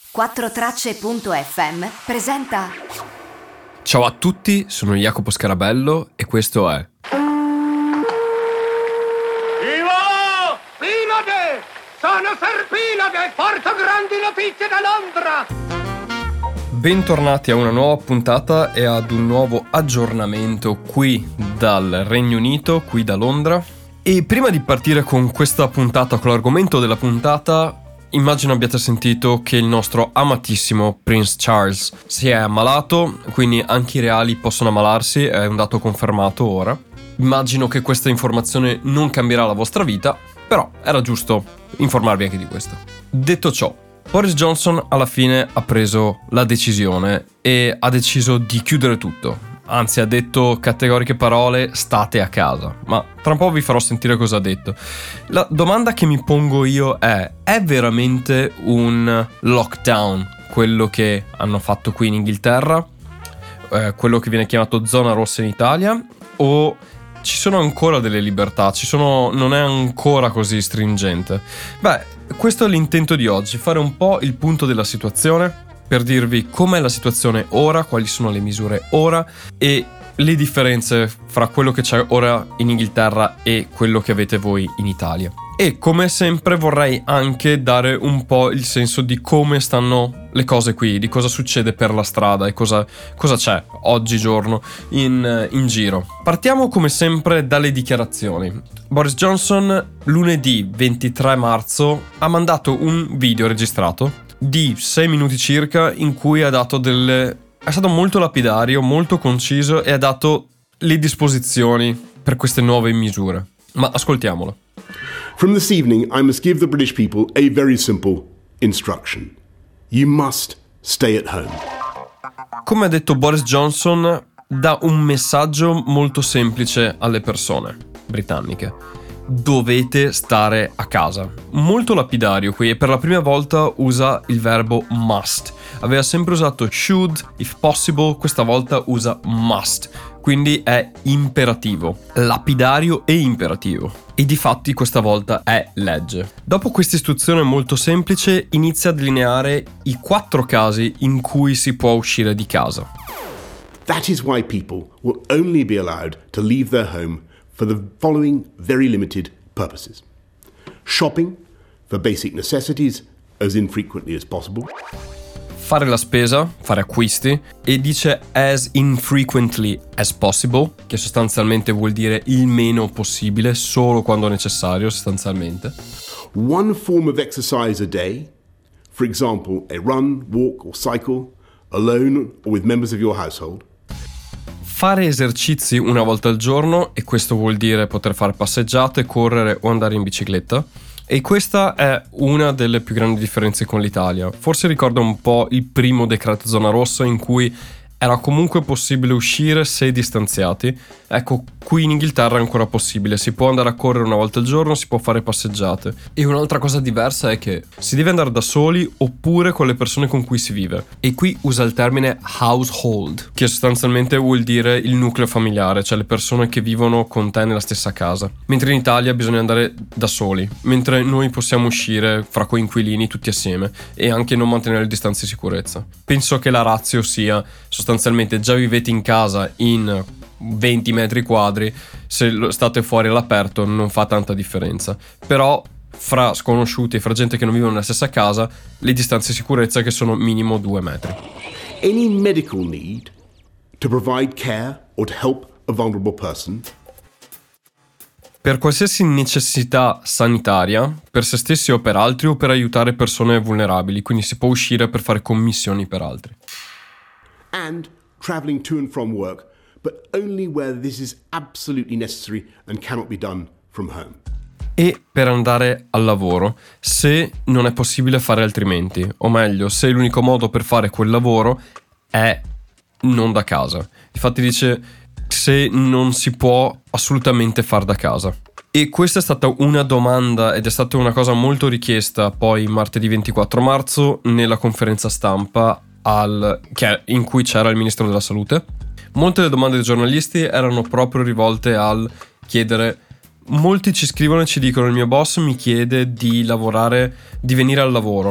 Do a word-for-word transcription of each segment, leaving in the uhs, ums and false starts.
quattro tracce punto effe emme presenta. Ciao a tutti, sono Jacopo Scarabello e questo è Vivo! Pinade! Sono Serpinade! Porto grandi notizie da Londra! bentornati a una nuova puntata e ad un nuovo aggiornamento qui dal Regno Unito, qui da Londra. E prima di partire con questa puntata, con l'argomento della puntata, immagino abbiate sentito che il nostro amatissimo Prince Charles si è ammalato, quindi anche i reali possono ammalarsi, è un dato confermato ora. Immagino che questa informazione non cambierà la vostra vita, però era giusto informarvi anche di questo. Detto ciò, Boris Johnson alla fine ha preso la decisione e ha deciso di chiudere tutto. Anzi, ha detto categoriche parole: state a casa. Ma tra un po' vi farò sentire cosa ha detto. La domanda che mi pongo io è: è veramente un lockdown quello che hanno fatto qui in Inghilterra? Eh, quello che viene chiamato zona rossa in Italia? O ci sono ancora delle libertà? Ci sono, non è ancora così stringente? Beh, questo è l'intento di oggi, fare un po' il punto della situazione, per dirvi com'è la situazione ora, quali sono le misure ora e le differenze fra quello che c'è ora in Inghilterra e quello che avete voi in Italia. E come sempre vorrei anche dare un po' il senso di come stanno le cose qui, di cosa succede per la strada e cosa, cosa c'è oggigiorno in, in giro. Partiamo come sempre dalle dichiarazioni. Boris Johnson lunedì ventitré marzo ha mandato un video registrato di sei minuti circa in cui ha dato delle... è stato molto lapidario, molto conciso e ha dato le disposizioni per queste nuove misure. Ma ascoltiamolo. From this evening, I must give the British people a very simple instruction. You must stay at home. Come ha detto Boris Johnson, dà un messaggio molto semplice alle persone britanniche. Dovete stare a casa. Molto lapidario qui, e per la prima volta usa il verbo must. Aveva sempre usato should, if possible, questa volta usa must. Quindi è imperativo, lapidario e imperativo. E difatti questa volta è legge. Dopo questa istruzione molto semplice inizia a delineare i quattro casi in cui si può uscire di casa. That is why people will only be allowed to leave their home for the following very limited purposes. Shopping for basic necessities as infrequently as possible. Fare la spesa, fare acquisti, e dice as infrequently as possible, che sostanzialmente vuol dire il meno possibile, solo quando necessario sostanzialmente. One form of exercise a day, for example, a run, walk or cycle, alone or with members of your household. Fare esercizi una volta al giorno, e questo vuol dire poter fare passeggiate, correre o andare in bicicletta. E questa è una delle più grandi differenze con l'Italia. Forse ricorda un po' il primo decreto zona rossa in cui era comunque possibile uscire se distanziati. Ecco, qui in Inghilterra è ancora possibile. Si può andare a correre una volta al giorno, si può fare passeggiate. E un'altra cosa diversa è che si deve andare da soli oppure con le persone con cui si vive. E qui usa il termine household, che sostanzialmente vuol dire il nucleo familiare, cioè le persone che vivono con te nella stessa casa. Mentre in Italia bisogna andare da soli, mentre noi possiamo uscire fra coinquilini tutti assieme e anche non mantenere le distanze di sicurezza. Penso che la ratio sia sostanzialmente già vivete in casa in venti metri quadri, se state fuori all'aperto non fa tanta differenza, però fra sconosciuti e fra gente che non vive nella stessa casa le distanze di sicurezza che sono minimo due metri. Any medical need to provide care or to help a vulnerable person. Per qualsiasi necessità sanitaria, per se stessi o per altri, o per aiutare persone vulnerabili, quindi si può uscire per fare commissioni per altri. And travelling to and from work, but only where this is absolutely necessary and cannot be done from home. E per andare al lavoro, se non è possibile fare altrimenti, o meglio, se l'unico modo per fare quel lavoro è non da casa. Infatti dice se non si può assolutamente far da casa. E questa è stata una domanda ed è stata una cosa molto richiesta poi martedì ventiquattro marzo nella conferenza stampa al, che, in cui c'era il ministro della salute. Molte delle domande dei giornalisti erano proprio rivolte al chiedere: molti ci scrivono e ci dicono il mio boss mi chiede di lavorare, di venire al lavoro,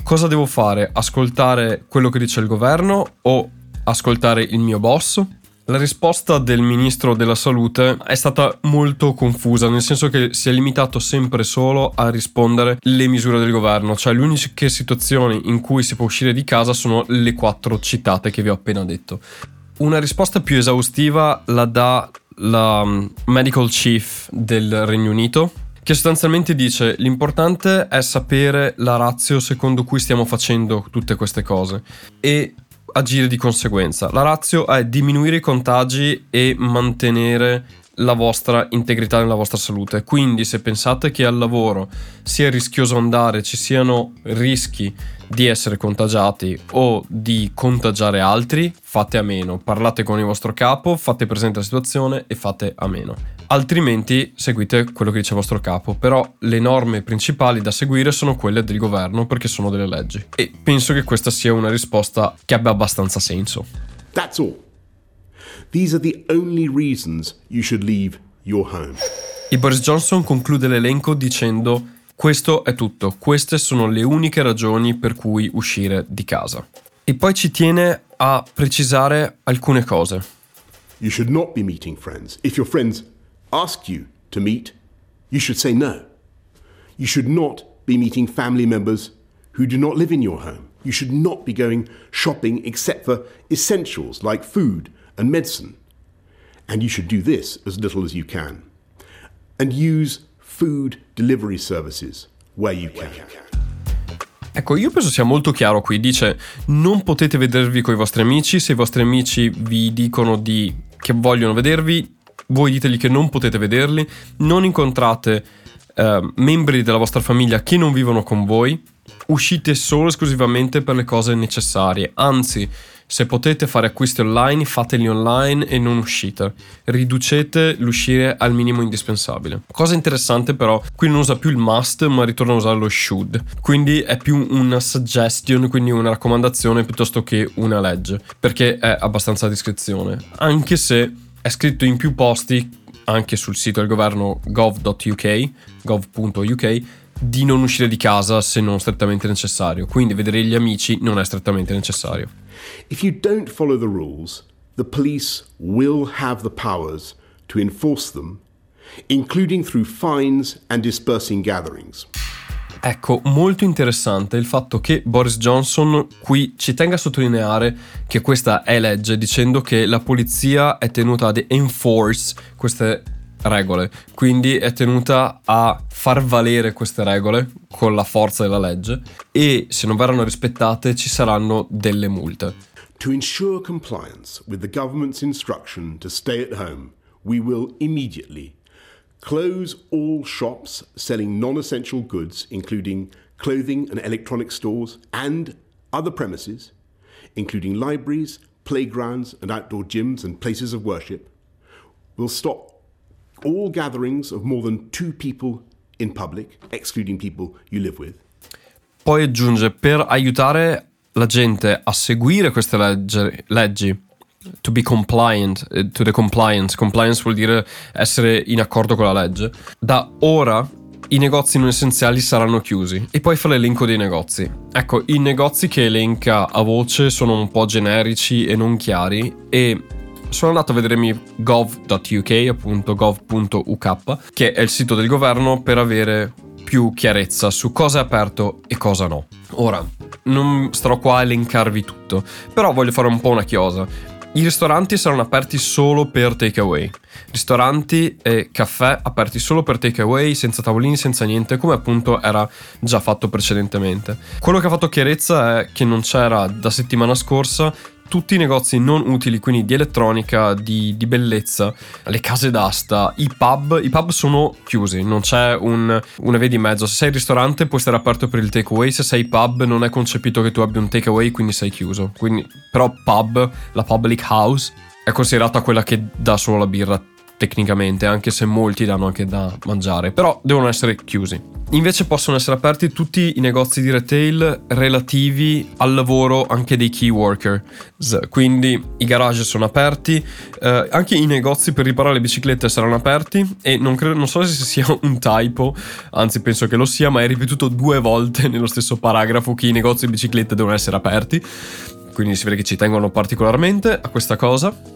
Cosa devo fare? Ascoltare quello che dice il governo o ascoltare il mio boss? La risposta del ministro della salute è stata molto confusa, nel senso che si è limitato sempre solo a rispondere le misure del governo, cioè le uniche situazioni in cui si può uscire di casa sono le quattro citate che vi ho appena detto. Una risposta più esaustiva la dà la medical chief del Regno Unito, che sostanzialmente dice: l'importante è sapere la ratio secondo cui stiamo facendo tutte queste cose e agire di conseguenza. La ratio è diminuire i contagi e mantenere la vostra integrità nella vostra salute. Quindi se pensate che al lavoro sia rischioso andare, ci siano rischi di essere contagiati o di contagiare altri, fate a meno. Parlate con il vostro capo, fate presente la situazione e fate a meno. Altrimenti seguite quello che dice il vostro capo. Però le norme principali da seguire sono quelle del governo, perché sono delle leggi. E penso che questa sia una risposta che abbia abbastanza senso. That's all. These are the only reasons you should leave your home. E Boris Johnson conclude l'elenco dicendo: questo è tutto, queste sono le uniche ragioni per cui uscire di casa. E poi ci tiene a precisare alcune cose. You should not be meeting friends. If your friends ask you to meet, you should say no. You should not be meeting family members who do not live in your home. You should not be going shopping except for essentials like food and medicine. And you should do this as little as you can. And use food delivery services where you can. Ecco, io penso sia molto chiaro qui. Dice: non potete vedervi con i vostri amici. Se i vostri amici vi dicono di che vogliono vedervi, voi ditegli che non potete vederli. Non incontrate eh, membri della vostra famiglia che non vivono con voi. Uscite solo e esclusivamente per le cose necessarie. Anzi, se potete fare acquisti online, fateli online e non uscite. Riducete l'uscire al minimo indispensabile. Cosa interessante però, qui non usa più il must, ma ritorna a usare lo should. Quindi è più una suggestion, quindi una raccomandazione piuttosto che una legge, perché è abbastanza a discrezione. Anche se è scritto in più posti, anche sul sito del governo gov punto uk, gov punto uk, di non uscire di casa se non strettamente necessario. Quindi vedere gli amici non è strettamente necessario. If you don't follow the rules, the police will have the powers to enforce them, including through fines and dispersing gatherings. Ecco, molto interessante il fatto che Boris Johnson qui ci tenga a sottolineare che questa è legge, dicendo che la polizia è tenuta ad enforce queste regole, quindi è tenuta a far valere queste regole con la forza della legge, e se non verranno rispettate ci saranno delle multe. To ensure compliance with the government's instruction to stay at home, we will immediately close all shops selling non-essential goods, including clothing and electronic stores, and other premises, including libraries, playgrounds and outdoor gyms and places of worship. We'll stop all gatherings of more than two people in public, excluding people you live with. Poi aggiunge: per aiutare la gente a seguire queste legge, leggi, to be compliant, to the compliance, compliance vuol dire essere in accordo con la legge, da ora i negozi non essenziali saranno chiusi. E poi fa l'elenco dei negozi. Ecco, i negozi che elenca a voce sono un po' generici e non chiari, e sono andato a vedermi gov punto uk, appunto gov punto uk, che è il sito del governo, per avere più chiarezza su cosa è aperto e cosa no. Ora, non starò qua a elencarvi tutto, però voglio fare un po' una chiosa. I ristoranti saranno aperti solo per takeaway. Ristoranti e caffè aperti solo per takeaway, senza tavolini, senza niente, come appunto era già fatto precedentemente. Quello che ha fatto chiarezza è che non c'era da settimana scorsa tutti i negozi non utili, quindi di elettronica, di, di bellezza, le case d'asta, i pub. I pub sono chiusi, non c'è un, una via di mezzo. Se sei ristorante puoi stare aperto per il takeaway, se sei pub non è concepito che tu abbia un takeaway, quindi sei chiuso. Quindi, però pub, la public house, è considerata quella che dà solo la birra. tecnicamente, anche se molti danno anche da mangiare, però devono essere chiusi. Invece possono essere aperti tutti i negozi di retail relativi al lavoro anche dei key workers, quindi i garage sono aperti, eh, anche i negozi per riparare le biciclette saranno aperti e non, credo, non so se sia un typo, anzi penso che lo sia, ma è ripetuto due volte nello stesso paragrafo che i negozi di biciclette devono essere aperti, quindi si vede che ci tengono particolarmente a questa cosa.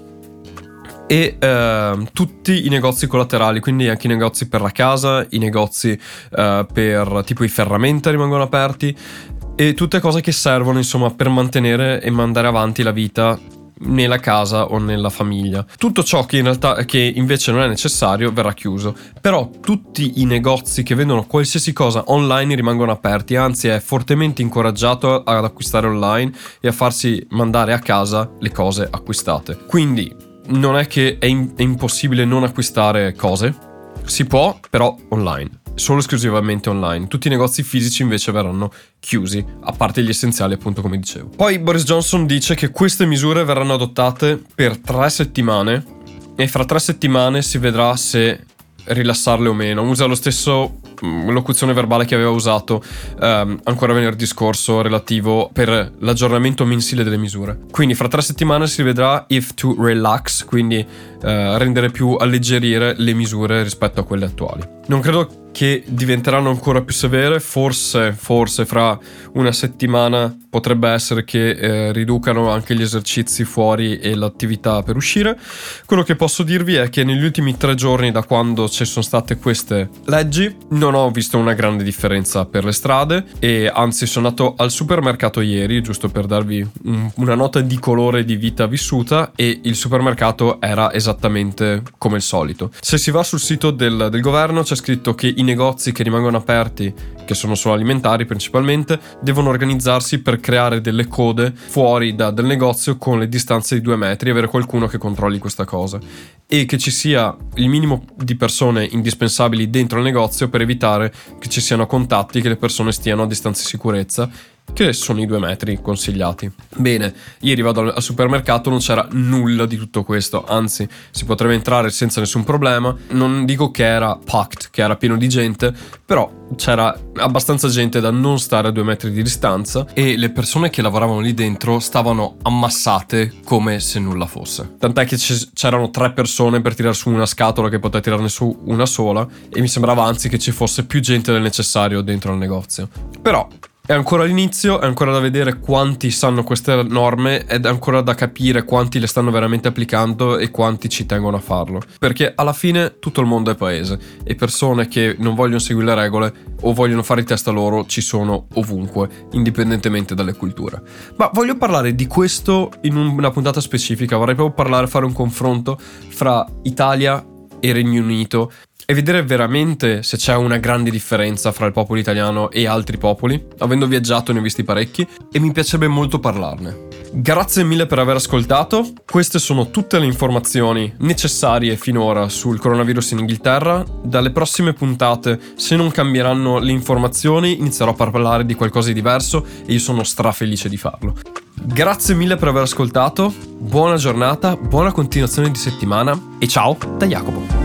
E eh, tutti i negozi collaterali, quindi anche i negozi per la casa, i negozi eh, per tipo i ferramenta rimangono aperti e tutte cose che servono insomma per mantenere e mandare avanti la vita nella casa o nella famiglia. Tutto ciò che in realtà che invece non è necessario verrà chiuso, però tutti i negozi che vendono qualsiasi cosa online rimangono aperti, anzi è fortemente incoraggiato ad acquistare online e a farsi mandare a casa le cose acquistate. Quindi non è che è, in- è impossibile non acquistare cose, si può, però online, solo esclusivamente online. Tutti i negozi fisici invece verranno chiusi, a parte gli essenziali appunto come dicevo. Poi Boris Johnson dice che queste misure verranno adottate per tre settimane e fra tre settimane si vedrà se rilassarle o meno. Usa lo stesso locuzione verbale che aveva usato um, ancora venerdì scorso relativo per l'aggiornamento mensile delle misure. Quindi fra tre settimane si vedrà if to relax, quindi uh, rendere più alleggerire le misure rispetto a quelle attuali. Non credo che diventeranno ancora più severe, forse, forse fra una settimana potrebbe essere che eh, riducano anche gli esercizi fuori e l'attività per uscire. Quello che posso dirvi è che negli ultimi tre giorni da quando ci sono state queste leggi non ho visto una grande differenza per le strade e anzi sono andato al supermercato ieri giusto per darvi un, una nota di colore di vita vissuta e il supermercato era esattamente come il solito. Se si va sul sito del, del governo c'è scritto che i negozi che rimangono aperti, che sono solo alimentari principalmente, devono organizzarsi per creare delle code fuori da, del negozio con le distanze di due metri e avere qualcuno che controlli questa cosa e che ci sia il minimo di persone indispensabili dentro il negozio per evitare che ci siano contatti, che le persone stiano a distanza di sicurezza, che sono i due metri consigliati. Bene, ieri vado al supermercato, non c'era nulla di tutto questo, anzi si potrebbe entrare senza nessun problema. Non dico che era packed, che era pieno di gente, però c'era abbastanza gente da non stare a due metri di distanza e le persone che lavoravano lì dentro stavano ammassate come se nulla fosse. Tant'è che c'erano tre persone per tirare su una scatola che poteva tirarne su una sola e mi sembrava anzi che ci fosse più gente del necessario dentro al negozio. Però è ancora l'inizio, è ancora da vedere quanti sanno queste norme ed è ancora da capire quanti le stanno veramente applicando e quanti ci tengono a farlo. Perché alla fine tutto il mondo è paese e persone che non vogliono seguire le regole o vogliono fare i test a loro ci sono ovunque, indipendentemente dalle culture. Ma voglio parlare di questo in una puntata specifica, vorrei proprio parlare, fare un confronto fra Italia e Regno Unito e vedere veramente se c'è una grande differenza fra il popolo italiano e altri popoli. Avendo viaggiato ne ho visti parecchi e mi piacerebbe molto parlarne. Grazie mille per aver ascoltato. Queste sono tutte le informazioni necessarie finora sul coronavirus in Inghilterra. Dalle prossime puntate, se non cambieranno le informazioni, inizierò a parlare di qualcosa di diverso e io sono strafelice di farlo. Grazie mille per aver ascoltato, buona giornata, buona continuazione di settimana e ciao da Jacopo.